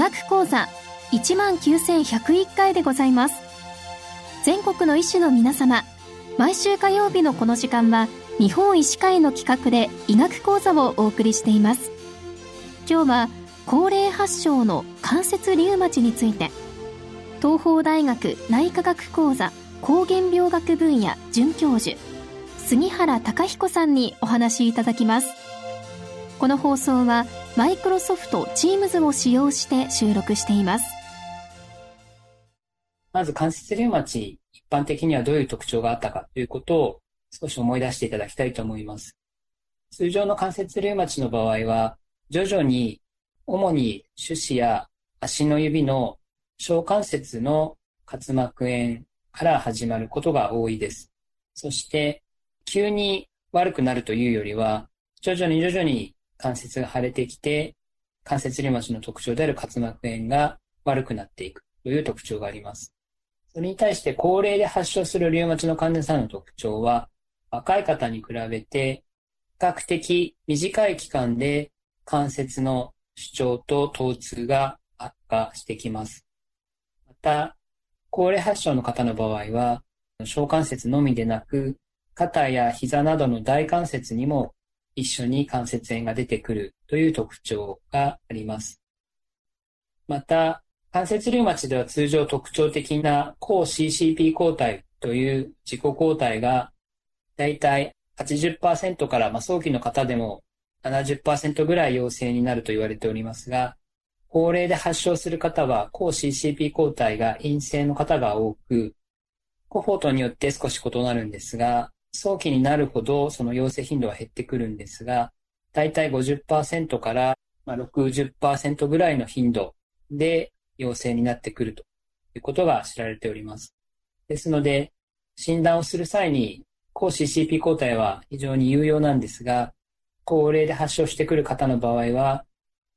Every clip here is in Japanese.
学講座19,101回でございます。全国の医師の皆様、毎週火曜日のこの時間は日本医師会の企画で医学講座をお送りしています。今日は高齢発症の関節リウマチについて、東邦大学内科学講座膠原病学分野准教授杉原貴彦さんにお話しいただきます。この放送はマイクロソフト Teams を使用して収録しています。 まず関節リウマチ、一般的にはどういう特徴があったかということを少し思い出していただきたいと思います。通常の関節リウマチの場合は、徐々に主に手指や足の指の小関節の滑膜炎から始まることが多いです。そして急に悪くなるというよりは、徐々に関節が腫れてきて、関節リウマチの特徴である滑膜炎が悪くなっていくという特徴があります。それに対して高齢で発症するリウマチの患者さんの特徴は、若い方に比べて比較的短い期間で関節の主張と疼痛が悪化してきます。また、高齢発症の方の場合は、小関節のみでなく、肩や膝などの大関節にも一緒に関節炎が出てくるという特徴があります。また、関節リウマチでは通常特徴的な抗 CCP 抗体という自己抗体がだいたい 80% から早期の方でも 70% ぐらい陽性になると言われておりますが、高齢で発症する方は抗 CCP 抗体が陰性の方が多く、コホートによって少し異なるんですが、早期になるほどその陽性頻度は減ってくるんですが、だいたい 50% から60% ぐらいの頻度で陽性になってくるということが知られております。ですので、診断をする際に抗 CCP 抗体は非常に有用なんですが、高齢で発症してくる方の場合は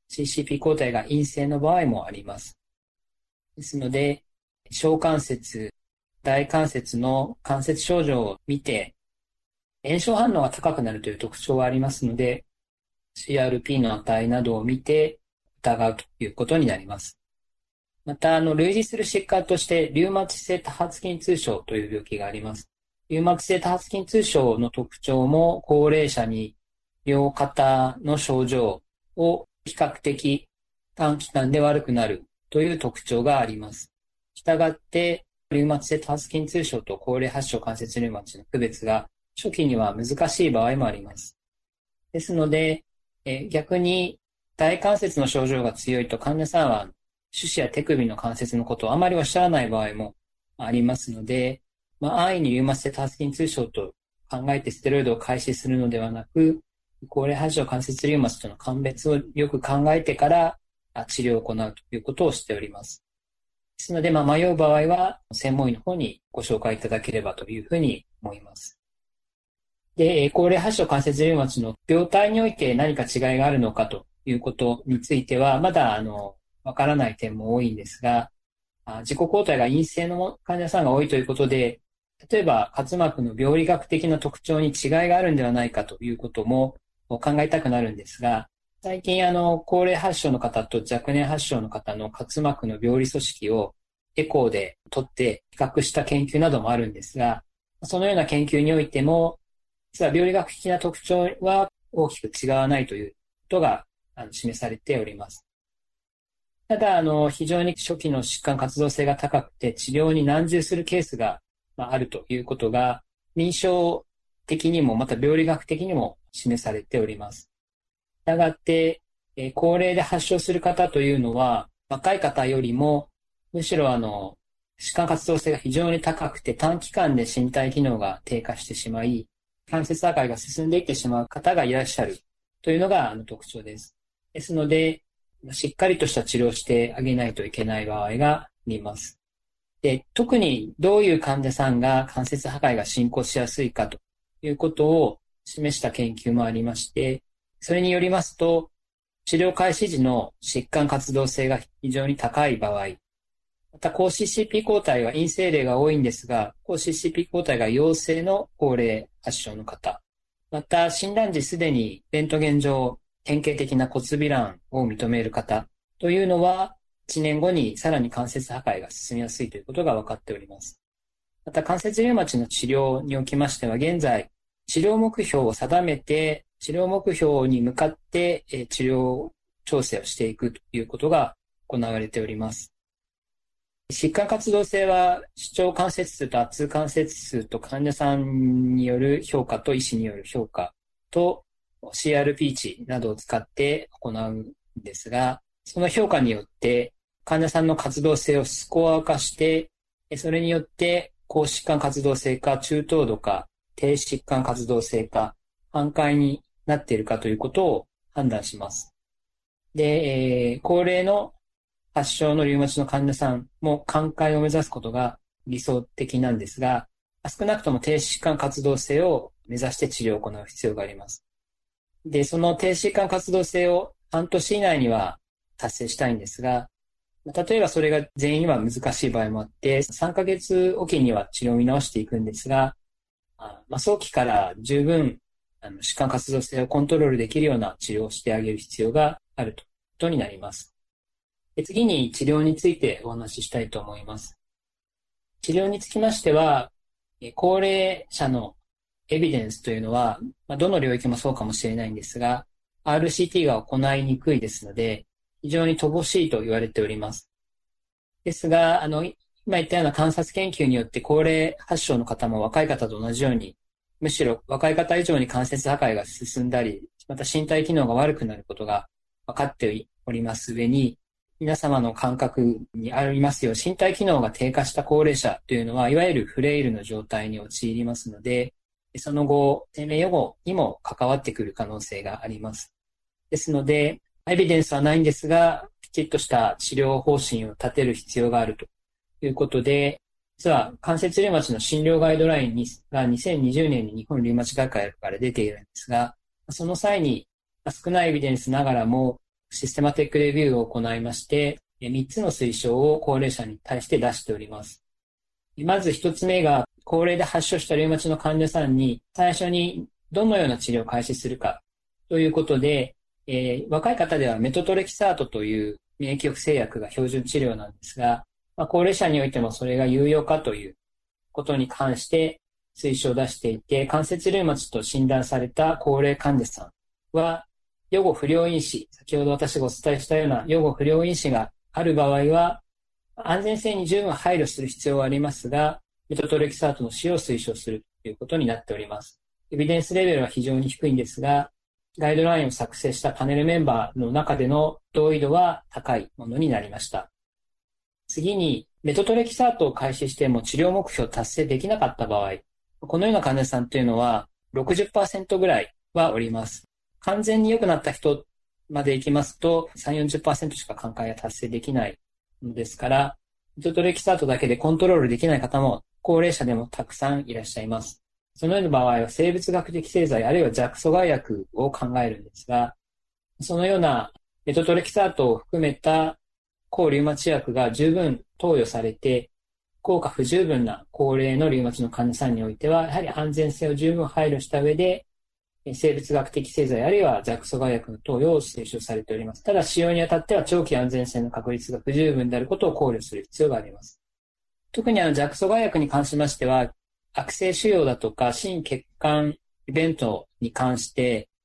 CCP 抗体が陰性の場合もあります。ですので、小関節、大関節の関節症状を見て、炎症反応が高くなるという特徴はありますので、CRP の値などを見て疑うということになります。また、類似する疾患として、リウマチ性多発筋痛症という病気があります。リウマチ性多発筋痛症の特徴も、高齢者に両肩の症状を比較的短期間で悪くなるという特徴があります。したがって、リウマチ性多発筋痛症と高齢発症関節リウマチの区別が初期には難しい場合もあります。ですので、逆に大関節の症状が強いと患者さんは手指や手首の関節のことをあまりおっしゃらない場合もありますので、安易にリウマチ性多発筋痛症と考えてステロイドを開始するのではなく、高齢発症関節リウマチとの鑑別をよく考えてから治療を行うということをしております。ですので、迷う場合は専門医の方にご紹介いただければというふうに思います。で、高齢発症関節リウマチの病態において何か違いがあるのかということについては、まだわからない点も多いんですが、自己抗体が陰性の患者さんが多いということで、例えば滑膜の病理学的な特徴に違いがあるんではないかということも考えたくなるんですが、最近高齢発症の方と若年発症の方の滑膜の病理組織をエコーで取って比較した研究などもあるんですが、そのような研究においても、実は病理学的な特徴は大きく違わないということが示されております。ただ、非常に初期の疾患活動性が高くて治療に難渋するケースがあるということが、臨床的にもまた病理学的にも示されております。したがって、高齢で発症する方というのは、若い方よりも、むしろ疾患活動性が非常に高くて短期間で身体機能が低下してしまい、関節破壊が進んでいってしまう方がいらっしゃるというのが特徴です。ですので、しっかりとした治療をしてあげないといけない場合があります。で、特にどういう患者さんが関節破壊が進行しやすいかということを示した研究もありまして、それによりますと、治療開始時の疾患活動性が非常に高い場合、また抗 CCP 抗体は陰性例が多いんですが、抗 CCP 抗体が陽性の高齢発症の方、また診断時すでにレントゲン上典型的な骨びらんを認める方というのは、 1年後にさらに関節破壊が進みやすいということが分かっております。また関節リウマチの治療におきましては、現在、治療目標を定めて、治療目標に向かって治療調整をしていくということが行われております。疾患活動性は、主張関節数と圧痛関節数と患者さんによる評価と医師による評価と CRP 値などを使って行うんですが、その評価によって患者さんの活動性をスコア化して、それによって高疾患活動性か中等度か低疾患活動性か寛解になっているかということを判断します。で、高齢の発症のリウマチの患者さんも寛解を目指すことが理想的なんですが、少なくとも低疾患活動性を目指して治療を行う必要があります。で、その低疾患活動性を半年以内には達成したいんですが、例えばそれが全員には難しい場合もあって、3ヶ月おきには治療を見直していくんですが、早期から十分疾患活動性をコントロールできるような治療をしてあげる必要があるということになります。次に治療についてお話ししたいと思います。治療につきましては、高齢者のエビデンスというのは、どの領域もそうかもしれないんですが、RCT が行いにくいですので、非常に乏しいと言われております。ですが、今言ったような観察研究によって高齢発症の方も若い方と同じように、むしろ若い方以上に関節破壊が進んだり、また身体機能が悪くなることが分かっております上に、皆様の感覚にありますよう、身体機能が低下した高齢者というのは、いわゆるフレイルの状態に陥りますので、その後、生命予後にも関わってくる可能性があります。ですので、エビデンスはないんですが、きちっとした治療方針を立てる必要があるということで、実は関節リウマチの診療ガイドラインが2020年に日本リウマチ学会から出ているんですが、その際に少ないエビデンスながらもシステマティックレビューを行いまして、3つの推奨を高齢者に対して出しております。まず1つ目が、高齢で発症したリウマチの患者さんに最初にどのような治療を開始するかということで、若い方ではメトトレキサートという免疫抑制薬が標準治療なんですが、高齢者においてもそれが有用かということに関して推奨を出していて、関節リウマチと診断された高齢患者さんは、予後不良因子、先ほど私がお伝えしたような予後不良因子がある場合は、安全性に十分配慮する必要はありますが、メトトレキサートの使用を推奨するということになっております。エビデンスレベルは非常に低いんですが、ガイドラインを作成したパネルメンバーの中での同意度は高いものになりました。次に、メトトレキサートを開始しても治療目標を達成できなかった場合、このような患者さんというのは 60% ぐらいはおります。完全に良くなった人まで行きますと 3-40% しか寛解が達成できないのですから、メトトレキサートだけでコントロールできない方も高齢者でもたくさんいらっしゃいます。そのような場合は生物学的製剤あるいは弱阻害薬を考えるんですが、そのようなメトトレキサートを含めた抗リウマチ薬が十分投与されて、効果不十分な高齢のリウマチの患者さんにおいては、やはり安全性を十分配慮した上で、生物学的製剤あるいは弱阻害薬の投与を推奨されております。ただ使用にあたっては長期安全性の確率が不十分であることを考慮する必要があります。特に弱阻害薬に関しましては、悪性腫瘍だとか心血管イベントに関して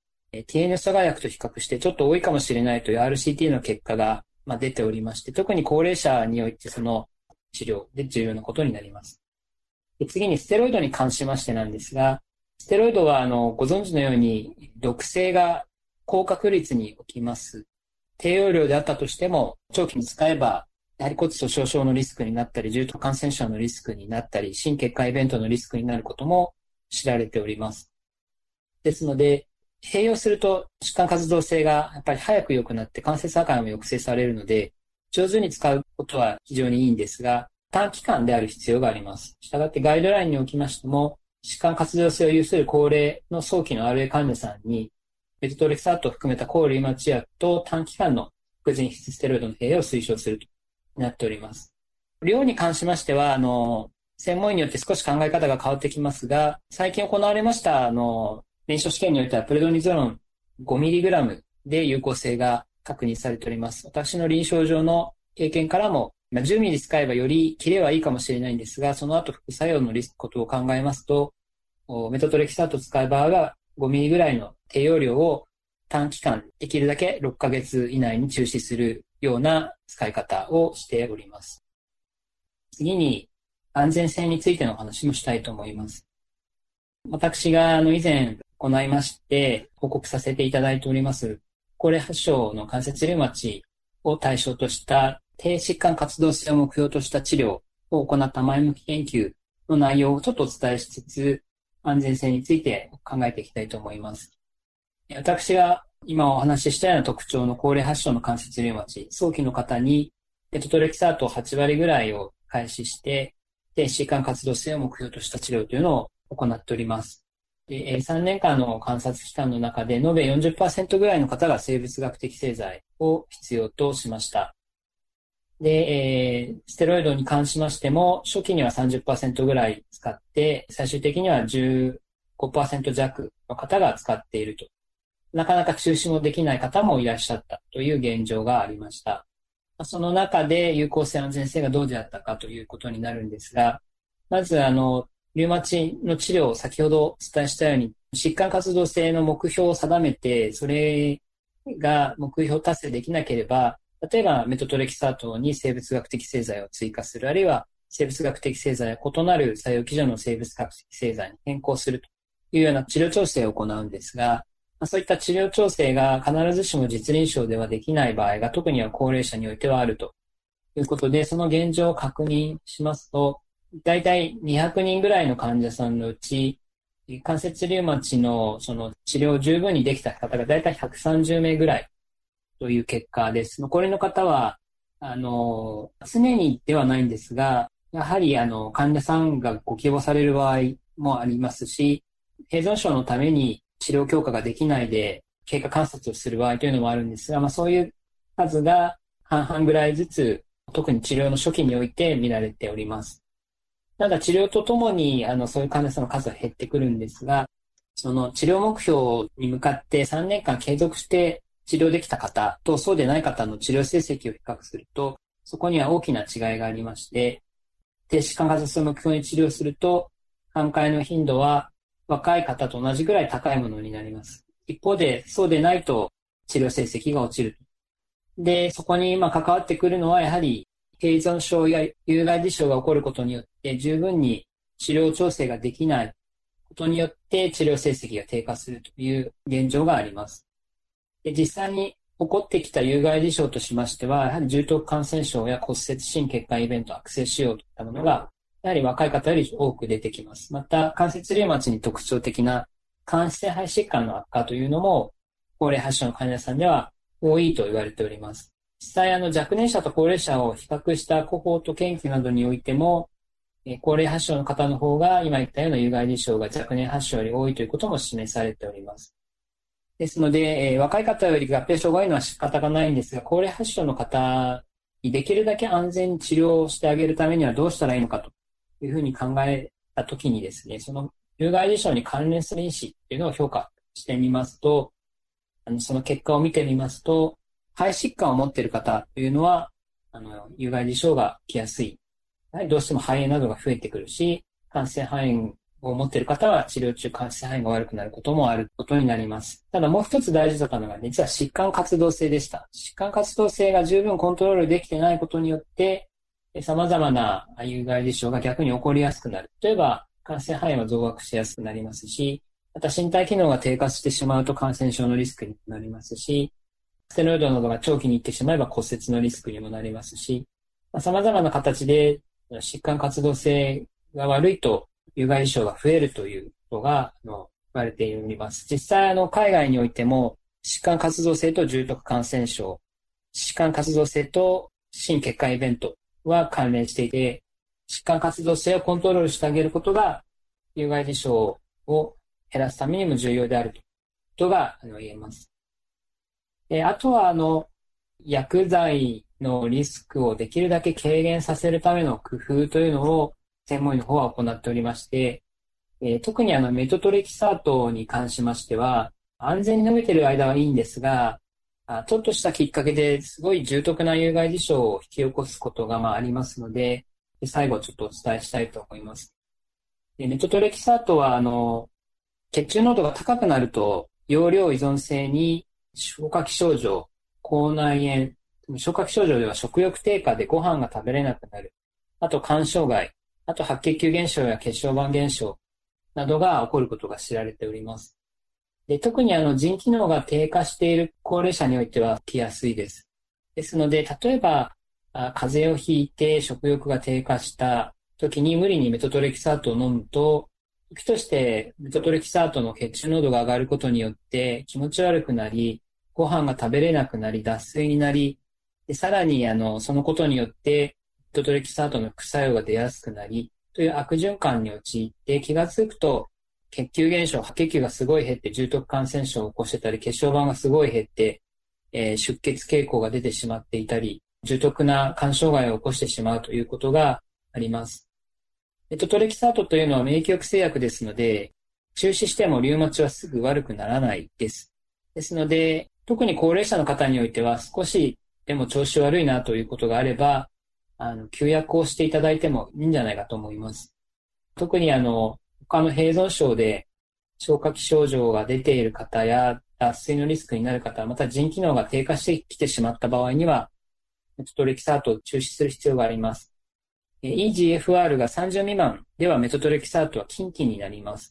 、TNF 阻害薬と比較してちょっと多いかもしれないという RCT の結果が出ておりまして、特に高齢者においてその治療で重要なことになります。次にステロイドに関しましてなんですが、ステロイドはご存知のように毒性が高確率に起きます。低用量であったとしても長期に使えばやはり骨粗鬆症のリスクになったり、重篤感染症のリスクになったり、心血管イベントのリスクになることも知られております。ですので、併用すると疾患活動性がやっぱり早く良くなって関節破壊も抑制されるので、上手に使うことは非常にいいんですが、短期間である必要があります。したがってガイドラインにおきましても、疾患活動性を有する高齢の早期の RA 患者さんに、メトトレキサートを含めた抗リウマチ薬と短期間の副腎皮質ステロイドの併用を推奨するとなっております。量に関しましては、専門医によって少し考え方が変わってきますが、最近行われました、臨床試験においてはプレドニゾロン 5mg で有効性が確認されております。私の臨床上の経験からも、10ミリ使えばよりキレはいいかもしれないんですが、その後副作用のリスクことを考えますと、メトトレキサートを使う場合は5ミリぐらいの低用量を短期間、できるだけ6ヶ月以内に中止するような使い方をしております。次に、安全性についてのお話もしたいと思います。私が以前行いまして報告させていただいております、高齢発症の関節リウマチを対象とした低疾患活動性を目標とした治療を行った前向き研究の内容をちょっとお伝えしつつ、安全性について考えていきたいと思います。私が今お話ししたような特徴の高齢発症の関節リウマチ、早期の方にメトトレキサート8割ぐらいを開始して、低疾患活動性を目標とした治療というのを行っております。で、3年間の観察期間の中で延べ 40% ぐらいの方が生物学的製剤を必要としました。で、ステロイドに関しましても、初期には 30% ぐらい使って、最終的には 15% 弱の方が使っていると。なかなか中止もできない方もいらっしゃったという現状がありました。その中で有効性安全性がどうであったかということになるんですが、まずリウマチの治療を先ほどお伝えしたように、疾患活動性の目標を定めて、それが目標達成できなければ、例えばメトトレキサートに生物学的製剤を追加する、あるいは生物学的製剤や異なる作用基準の生物学的製剤に変更するというような治療調整を行うんですが、そういった治療調整が必ずしも実臨床ではできない場合が特には高齢者においてはあるということで、その現状を確認しますと、だいたい200人ぐらいの患者さんのうち、関節リウマチのその治療を十分にできた方がだいたい130名ぐらいという結果です。残りの方は、常にではないんですが、やはり患者さんがご希望される場合もありますし、併存症のために治療強化ができないで経過観察をする場合というのもあるんですが、そういう数が半々ぐらいずつ、特に治療の初期において見られております。ただ治療とともにそういう患者さんの数は減ってくるんですが、その治療目標に向かって3年間継続して治療できた方とそうでない方の治療成績を比較すると、そこには大きな違いがありまして、低疾患活動性を目標に治療すると、寛解の頻度は若い方と同じぐらい高いものになります。一方で、そうでないと治療成績が落ちる。で、そこに関わってくるのはやはり、併存症や有害事象が起こることによって十分に治療調整ができないことによって治療成績が低下するという現状があります。で、実際に起こってきた有害事象としましては、やはり重篤感染症や骨折心血管イベント、悪性腫瘍といったものが、やはり若い方より多く出てきます。また、関節リウマチに特徴的な間質性肺疾患の悪化というのも、高齢発症の患者さんでは多いと言われております。実際若年者と高齢者を比較したコホート研究などにおいても、高齢発症の方の方が今言ったような有害事象が若年発症より多いということも示されております。ですので、若い方より合併症が多いのは仕方がないんですが、高齢発症の方にできるだけ安全に治療をしてあげるためにはどうしたらいいのかというふうに考えたときにですね、その有害事象に関連する因子というのを評価してみますと、その結果を見てみますと、肺疾患を持っている方というのは、有害事象が起きやすい。やはりどうしても肺炎などが増えてくるし、感染肺炎を持っている方は治療中感染肺炎が悪くなることもあることになります。ただもう一つ大事だったのが、実は疾患活動性でした。疾患活動性が十分コントロールできてないことによって、様々な有害事象が逆に起こりやすくなる。例えば、感染肺炎は増悪しやすくなりますし、また身体機能が低下してしまうと感染症のリスクになりますし、ステロイドなどが長期に行ってしまえば骨折のリスクにもなりますし、様々な形で疾患活動性が悪いと有害事象が増えるということが言われております。実際海外においても疾患活動性と重篤感染症、疾患活動性と心血管イベントは関連していて、疾患活動性をコントロールしてあげることが有害事象を減らすためにも重要であるということが言えます。あとは薬剤のリスクをできるだけ軽減させるための工夫というのを専門医の方は行っておりまして、特にメトトレキサートに関しましては、安全に飲めている間はいいんですが、 ちょっとしたきっかけですごい重篤な有害事象を引き起こすことがありますので、最後ちょっとお伝えしたいと思います。メトトレキサートは血中濃度が高くなると容量依存性に消化器症状、口内炎、消化器症状では食欲低下でご飯が食べれなくなる、あと肝障害、あと白血球減少や血小板減少などが起こることが知られております。で、特に腎機能が低下している高齢者においては起きやすいです。ですので、例えば風邪をひいて食欲が低下した時に無理にメトトレキサートを飲むと、時としてメトトレキサートの血中濃度が上がることによって気持ち悪くなり、ご飯が食べれなくなり、脱水になり、でさらにそのことによってメトトレキサートの副作用が出やすくなり、という悪循環に陥って気がつくと血球減少、白血球がすごい減って重篤感染症を起こしてたり、血小板がすごい減って、出血傾向が出てしまっていたり、重篤な肝障害を起こしてしまうということがあります。メトトレキサートというのは免疫抑制薬ですので、中止してもリウマチはすぐ悪くならないです。ですので、特に高齢者の方においては少しでも調子悪いなということがあれば、休薬をしていただいてもいいんじゃないかと思います。特に他の併存症で消化器症状が出ている方や脱水のリスクになる方、また腎機能が低下してきてしまった場合には、メトトレキサートを中止する必要があります。eGFR が30未満ではメトトレキサートは禁忌になります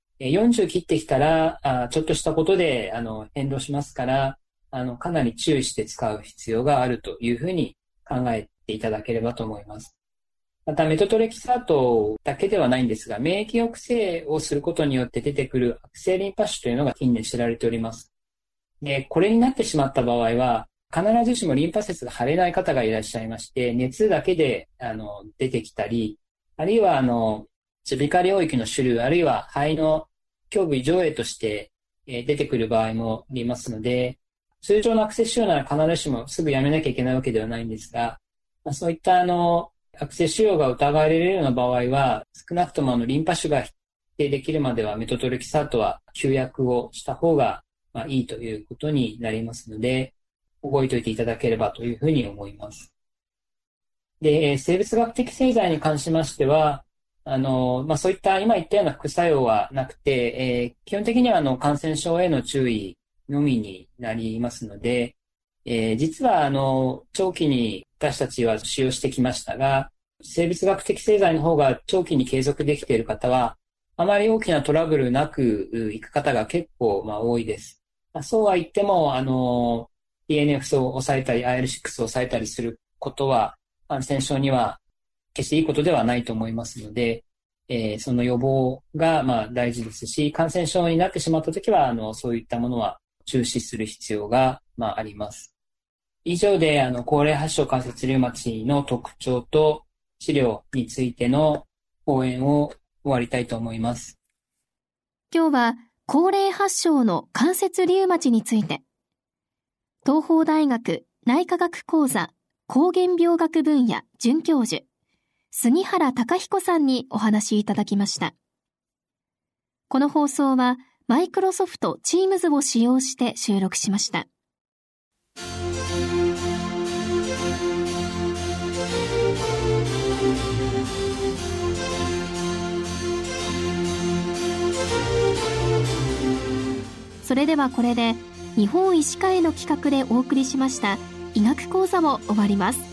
。40切ってきたら、ちょっとしたことで変動しますから、かなり注意して使う必要があるというふうに考えていただければと思います。またメトトレキサートだけではないんですが、免疫抑制をすることによって出てくる悪性リンパ腫というのが近年知られております。で、これになってしまった場合は、必ずしもリンパ節が腫れない方がいらっしゃいまして、熱だけで出てきたり、あるいは耳鼻科領域の主流、あるいは肺の胸部異常影として出てくる場合もありますので、通常の悪性腫瘍なら必ずしもすぐやめなきゃいけないわけではないんですが、そういった悪性腫瘍が疑われるような場合は、少なくともリンパ腫が否定できるまではメトトレキサートは休薬をした方がいいということになりますので、覚えておいていただければというふうに思います。で、生物学的製剤に関しましては、そういった今言ったような副作用はなくて、基本的には感染症への注意のみになりますので、実は長期に私たちは使用してきましたが、生物学的製剤の方が長期に継続できている方は、あまり大きなトラブルなくいく方が結構多いです。そうは言っても、TNF を抑えたり IL6 を抑えたりすることは感染症には決していいことではないと思いますので、その予防が大事ですし、感染症になってしまったときはそういったものは中止する必要があります。以上で高齢発症関節リウマチの特徴と治療についての講演を終わりたいと思います。 今日は高齢発症の関節リウマチについて、東邦大学内科学講座膠原病学分野准教授杉原貴彦さんにお話いただきました。この放送はマイクロソフト Teams を使用して収録しました。それではこれで日本医師会の企画でお送りしました医学講座を終わります。